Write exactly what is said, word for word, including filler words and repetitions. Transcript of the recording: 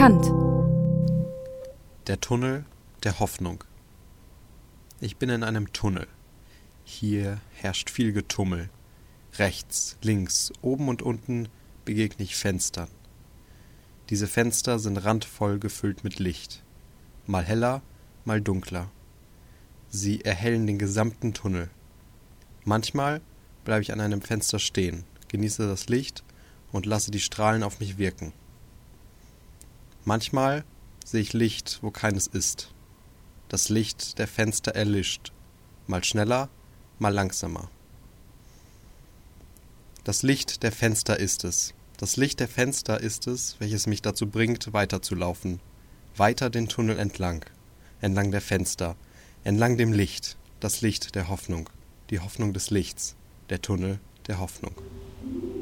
bekannt. Der Tunnel der Hoffnung. Ich bin in einem Tunnel. Hier herrscht viel Getummel. Rechts, links, oben und unten begegne ich Fenstern. Diese Fenster sind randvoll gefüllt mit Licht. Mal heller, mal dunkler. Sie erhellen den gesamten Tunnel. Manchmal bleibe ich an einem Fenster stehen, genieße das Licht und lasse die Strahlen auf mich wirken. Manchmal sehe ich Licht, wo keines ist. Das Licht der Fenster erlischt, mal schneller, mal langsamer. Das Licht der Fenster ist es. Das Licht der Fenster ist es, welches mich dazu bringt, weiterzulaufen. Weiter den Tunnel entlang, entlang der Fenster, entlang dem Licht, das Licht der Hoffnung, die Hoffnung des Lichts, der Tunnel der Hoffnung.